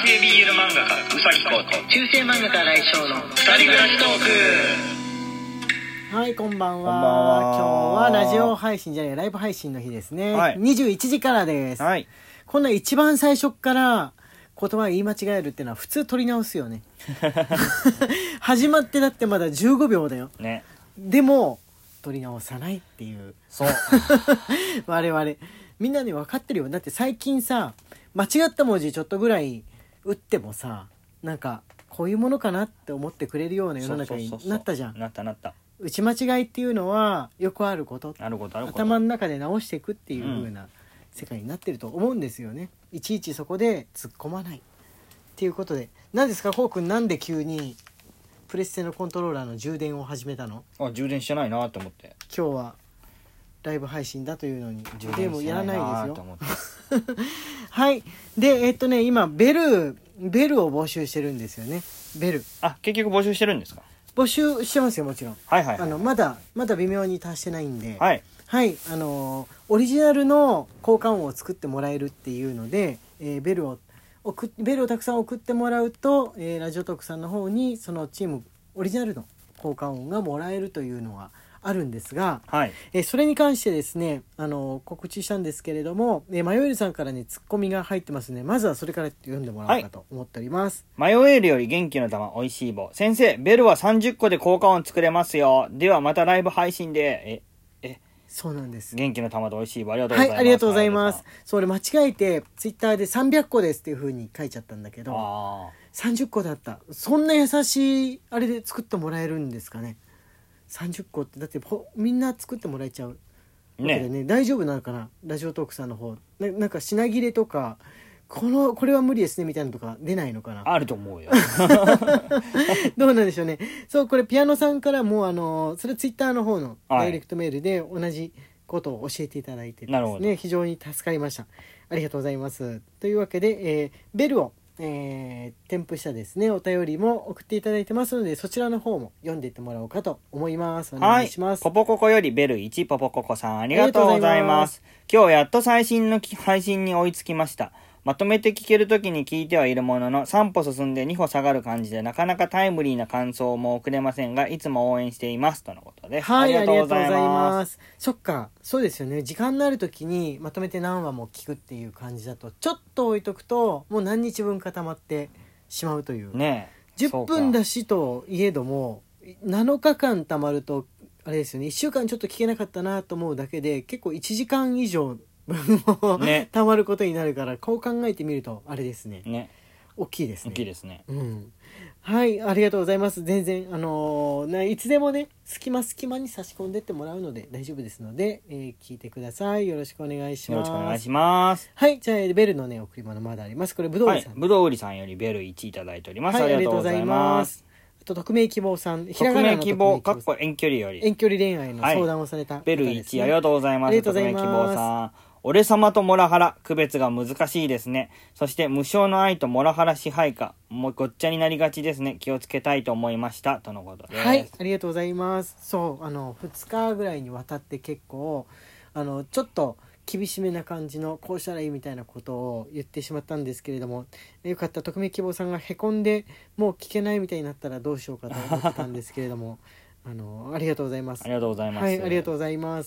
系 BL 漫画家うさぎこと中世漫画家来翔の二人暮らしトーク。 はい、こんばんは。 こんばんは。 今日はラジオ配信じゃない、ライブ配信の日ですね。 はい、 21時からです。 はい。 こんな一番最初から言葉を言い間違えるっていうのは普通取り直すよね。始まってだってまだ15秒だよ。 ね。 でも取り直さないっていう。 そう。 我々みんなね分かってるよ。だって最近さ、間違った文字ちょっとぐらい打ってもさ、なんかこういうものかなって思ってくれるような世の中になったじゃん。 なった。 打ち間違いっていうのはよくあること。頭の中で直していくっていう風な世界になってると思うんですよね。いちいちそこで突っ込まないっていうことで。何ですかこうくん、なんで急にプレステのコントローラーの充電を始めたの？ 充電してないなと思って。 今日はライブ配信だというのに充電してないなと思って。 はい。で今ベルを募集してるんですよね。ベル。 結局募集してるんですか？ 募集してますよ、もちろん。 はい。 まだ微妙に達してないんで。 はい。 オリジナルの効果音を作ってもらえるっていうので、ベルをたくさん送ってもらうと、ラジオトークさんの方にそのチームオリジナルの効果音がもらえるというのがあるんですが、 はい。 それに関してですね、告知したんですけれども、迷えるさんからねツッコミが入ってますので、まずはそれから読んでもらおうかと思っております。 迷えるより元気の玉おいしい棒。先生、ベルは30個で効果音作れますよ。ではまたライブ配信で。 そうなんです。 元気の玉とおいしい棒、ありがとうございます。 はい、ありがとうございます。それ間違えてツイッターで300個ですっていう風に書いちゃったんだけど、30個だった。そんな優しいあれで作ってもらえるんですかね。30個ってだってみんな作ってもらえちゃうわけでね。大丈夫なのかな、ラジオトークさんの方。なんか品切れとかこれは無理ですねみたいなのとか出ないのかな。 あると思うよ。 どうなんでしょうね。そう、これピアノさんからもそれツイッターの方のダイレクトメールで同じことを教えていただいてですね、非常に助かりました。ありがとうございます。というわけで、ベルを添付したですねお便りも送っていただいてますので、そちらの方も読んでいってもらおうかと思います。お願いします。 ポポココよりベル1、ポポココさんありがとうございます。今日やっと最新の配信に追いつきました。まとめて聞けるときに聞いてはいるものの、3歩進んで2歩下がる感じでなかなかタイムリーな感想も送れませんが、いつも応援していますとのことです。 はい、ありがとうございます。そっか、そうですよね。時間のあるときにまとめて何話も聞くっていう感じだと、ちょっと置いとくともう何日分固まってしまうというね。 10分だしといえども7日間たまるとあれですよね。1週間ちょっと聞けなかったなと思うだけで結構1時間以上分もたまることになるから、こう考えてみるとあれですね。大きいですね。 大きいですね。 はい、ありがとうございます。全然いつでもね隙間に差し込んでってもらうので大丈夫ですので、聞いてください。よろしくお願いします。 よろしくお願いします。 はい、じゃあベルのね贈り物まだあります。これぶどう売りさん、 ぶどう売りさんよりベル1いただいております。 はい、 ありがとうございます。 あと匿名希望さん、 匿名希望かっこ遠距離より遠距離恋愛の相談をされた、 ベル1ありがとうございます。 ありがとうございます。 匿名希望さん、俺様とモラハラ区別が難しいですね。そして無償の愛とモラハラ支配下もうごっちゃになりがちですね。気をつけたいと思いましたとのことです。 はい、ありがとうございます。そう2日ぐらいにわたって結構ちょっと厳しめな感じのこうしたらいいみたいなことを言ってしまったんですけれども、よかった。匿名希望さんがへこんでもう聞けないみたいになったらどうしようかと思ってたんですけれどもありがとうございます。 ありがとうございます。 はい、ありがとうございます。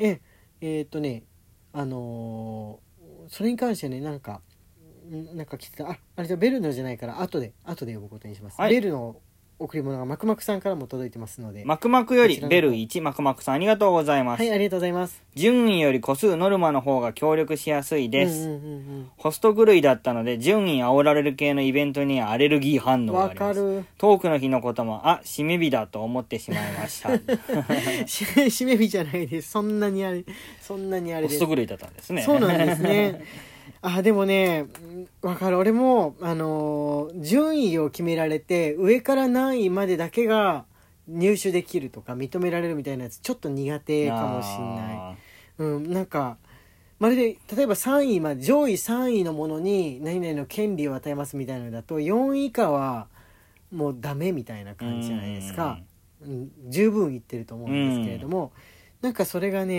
それに関してねなんか来てた。あれじゃベルのじゃないから後で呼ぶことにします。ベルの贈り物がマクマクさんからも届いてますので、 マクマクよりベル1、マクマクさんありがとうございます。 はい、ありがとうございます。 順位より個数ノルマの方が協力しやすいです。ホスト狂いだったので順位煽られる系のイベントにはアレルギー反応があります。トークの日のことも締め日だと思ってしまいました締め日じゃないです。そんなにあれです。 ホスト狂いだったんですね。 そうなんですね。でもねわかる。俺も順位を決められて上から何位までだけが入手できるとか認められるみたいなやつちょっと苦手かもしんない。なんかまるで例えば3位まで上位3位のものに何々の権利を与えますみたいなのだと4位以下はもうダメみたいな感じじゃないですか。十分言ってると思うんですけれども、なんかそれがね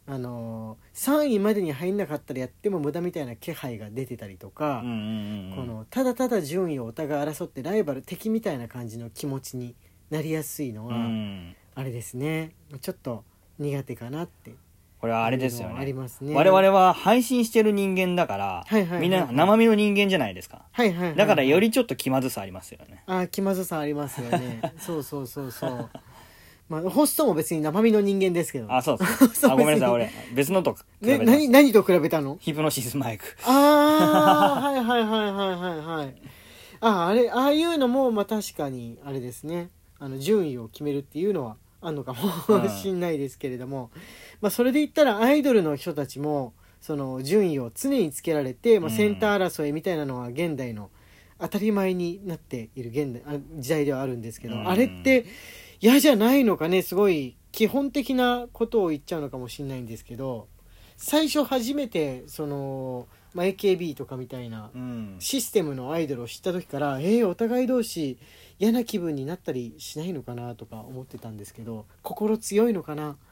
3位までに入んなかったらやっても無駄みたいな気配が出てたりとか、 うんうんうんうん、 このただただ順位をお互い争ってライバル敵みたいな感じの気持ちになりやすいのは、あれですね、ちょっと苦手かなってこれはあれですよね。 ありますね。 我々は配信してる人間だから、 はいはいはいはい、 みんな生身の人間じゃないですか、 はいはいはいはい、 だからよりちょっと気まずさありますよね。 気まずさありますよねそうそうそうそうまあ、ホストも別に生身の人間ですけど。 そうそうごめんなさい、俺別のと比べた、 ね、何と比べたの？ ヒプノシスマイク。 はいはいはいはいはいはい。ああいうのもまあ確かにあれですね、順位を決めるっていうのはあんのかもしんないですけれども、まあそれで言ったらアイドルの人たちもその順位を常につけられて、まあ、センター争いみたいなのは現代の当たり前になっている時代ではあるんですけど、あれって嫌じゃないのかね。すごい基本的なことを言っちゃうのかもしれないんですけど、最初初めてその、まあ、AKB とかみたいなシステムのアイドルを知った時から、お互い同士嫌な気分になったりしないのかなとか思ってたんですけど、心強いのかな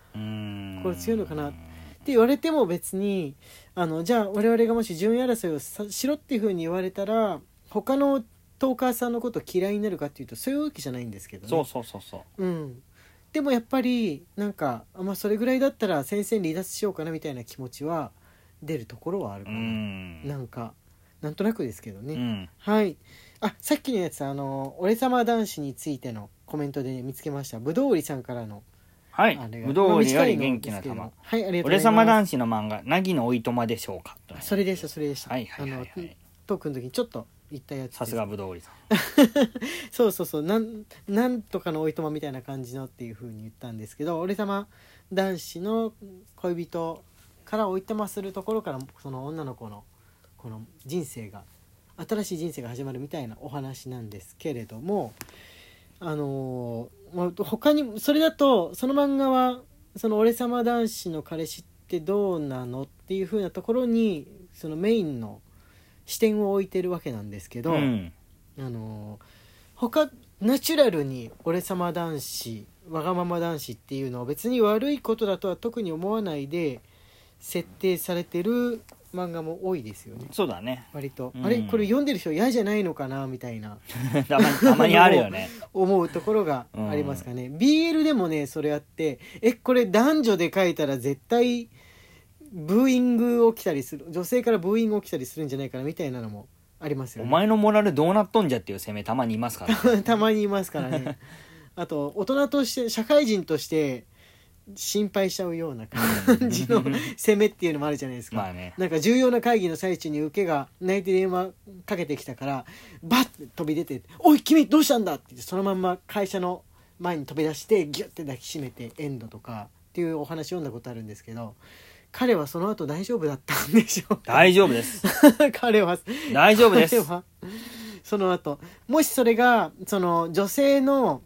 って言われても別にじゃあ我々がもし順位争いをしろっていう風に言われたら他のトーカーさんのこと嫌いになるかっていうとそういうわけじゃないんですけどね。 そう、 でもやっぱりなんか、まあ、それぐらいだったら戦線離脱しようかなみたいな気持ちは出るところはあるかな。なんとなくですけどね、はい。さっきのやつ俺様男子についてのコメントで、見つけました。ぶどう売りさんからの、 はい、ぶどう売りより元気な玉、 はい、ありがとうございます。 俺様男子の漫画凪のおいとまでしょうか。 それでした、 はいはいはい、はい、 トークの時にちょっと言ったやつです。 さすがぶどう売りさんそうなんとかのおいとまみたいな感じのっていう風に言ったんですけど、俺様男子の恋人からおいとまするところからその女の子のこの人生が新しい人生が始まるみたいなお話なんですけれども、他にそれだとその漫画はその俺様男子の彼氏ってどうなのっていう風なところにそのメインの視点を置いてるわけなんですけど、他ナチュラルに俺様男子わがまま男子っていうのを別に悪いことだとは特に思わないで設定されてる漫画も多いですよね。 そうだね、 割と、これ読んでる人嫌じゃないのかなみたいなたまにあるよね思うところがありますかね、BL でもねそれあって、これ男女で書いたら絶対ブーイング起きたりする、女性からブーイング起きたりするんじゃないかなみたいなのもありますよね。 お前のモラルどうなっとんじゃっていう攻めたまにいますからねたまにいますからねあと大人として社会人として心配しちゃうような感じの攻めっていうのもあるじゃないですか、 まあね、 なんか重要な会議の最中に受けが泣いて電話かけてきたからバッて飛び出て「おい君どうしたんだ!」って言ってそのまんま会社の前に飛び出してギュッて抱きしめてエンドとかっていうお話読んだことあるんですけど、彼はその後大丈夫だったんでしょうか。 大丈夫です彼は大丈夫です。 その後もしそれがその女性の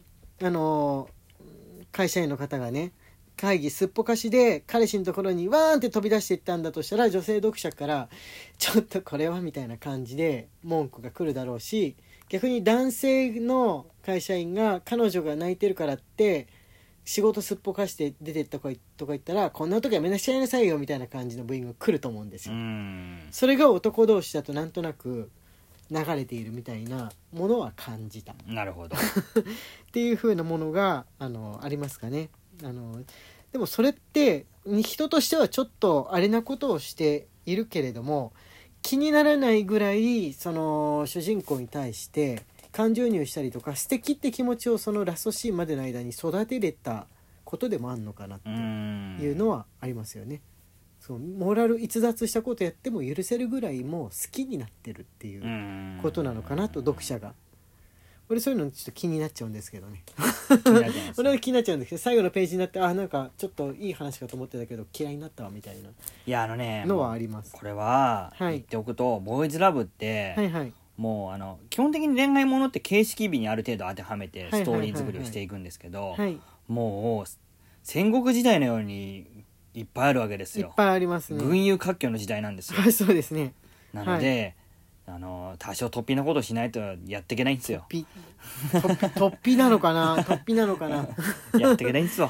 会社員の方がね会議すっぽかしで彼氏のところにワーンって飛び出していったんだとしたら、女性読者からちょっとこれはみたいな感じで文句が来るだろうし、逆に男性の会社員が彼女が泣いてるからって仕事すっぽかして出てったとか言ったら、こんな時はめんなしちゃいなさいよみたいな感じの部員が来ると思うんですよ。それが男同士だとなんとなく流れているみたいなものは感じた。 なるほどっていう風なものがありますかね。でもそれって人としてはちょっとあれなことをしているけれども、気にならないぐらいその主人公に対して感情移入したりとか素敵って気持ちをそのラストシーンまでの間に育てれたことでもあるのかなっていうのはありますよね。そうモラル逸脱したことやっても許せるぐらいもう好きになってるっていうことなのかなと、読者が。俺そういうのちょっと気になっちゃうんですけどね俺は気になっちゃうんですけど、最後のページになってなんかちょっといい話かと思ってたけど嫌いになったわみたいなのはあります。 これは言っておくと、ボーイズラブって、もう基本的に恋愛ものって形式美にある程度当てはめてストーリー作りをしていくんですけど、もう戦国時代のようにいっぱいあるわけですよ。 いっぱいありますね。 群雄割拠の時代なんですよ。 そうですね。 なので、多少突飛なことしないとやっていけないんですよ。 突飛なのかな突飛なのかなやっていけないんですよ。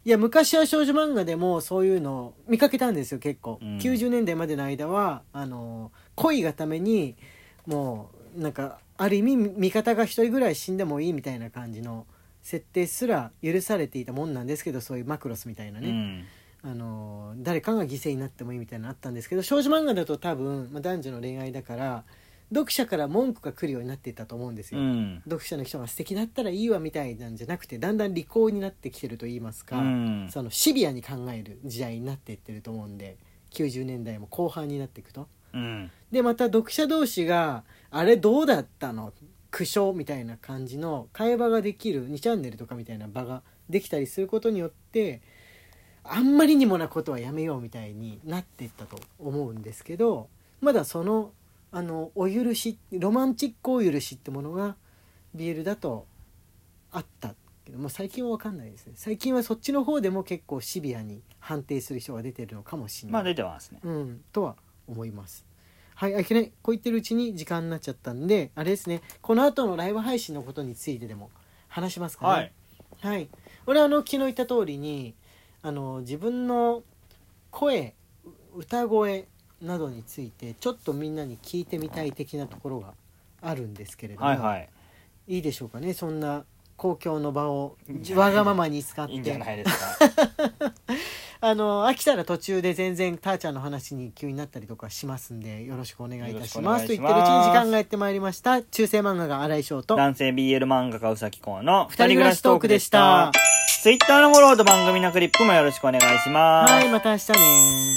いや昔は少女漫画でもそういうの見かけたんですよ結構、90年代までの間は恋がためにもうなんかある意味味方が一人ぐらい死んでもいいみたいな感じの設定すら許されていたもんなんですけど、そういうマクロスみたいなね、誰かが犠牲になってもいいみたいなのあったんですけど、少女漫画だと多分、男女の恋愛だから読者から文句が来るようになっていったと思うんですよ、読者の人が素敵だったらいいわみたいなんじゃなくて、だんだん利口になってきてると言いますか、そのシビアに考える時代になっていってると思うんで、90年代も後半になっていくと、でまた読者同士があれどうだったの苦笑みたいな感じの会話ができる2チャンネルとかみたいな場ができたりすることによって、あんまりにもなことはやめようみたいになっていったと思うんですけど、まだそのお許し、ロマンチックお許しってものが BL だとあったけども、最近は分かんないですね。最近はそっちの方でも結構シビアに判定する人が出てるのかもしれない。 出てますね。 とは思います。はい、こう言ってるうちに時間になっちゃったんで、あれですね、この後のライブ配信のことについてでも話しますかね。はい。俺昨日言った通りに自分の声、歌声などについてちょっとみんなに聞いてみたい的なところがあるんですけれども、いいでしょうかね、そんな公共の場をわがままに使って。いいんじゃないですか飽きたら途中で全然たーちゃんの話に急になったりとかしますんで、よろしくお願いいたしますと言ってるうちに時間がやってまいりました。中世漫画が新井翔と男性 BL 漫画家うさきこうの二人暮らしトークでした。 Twitter のフォローと番組のクリップもよろしくお願いします。 はい、また明日ね。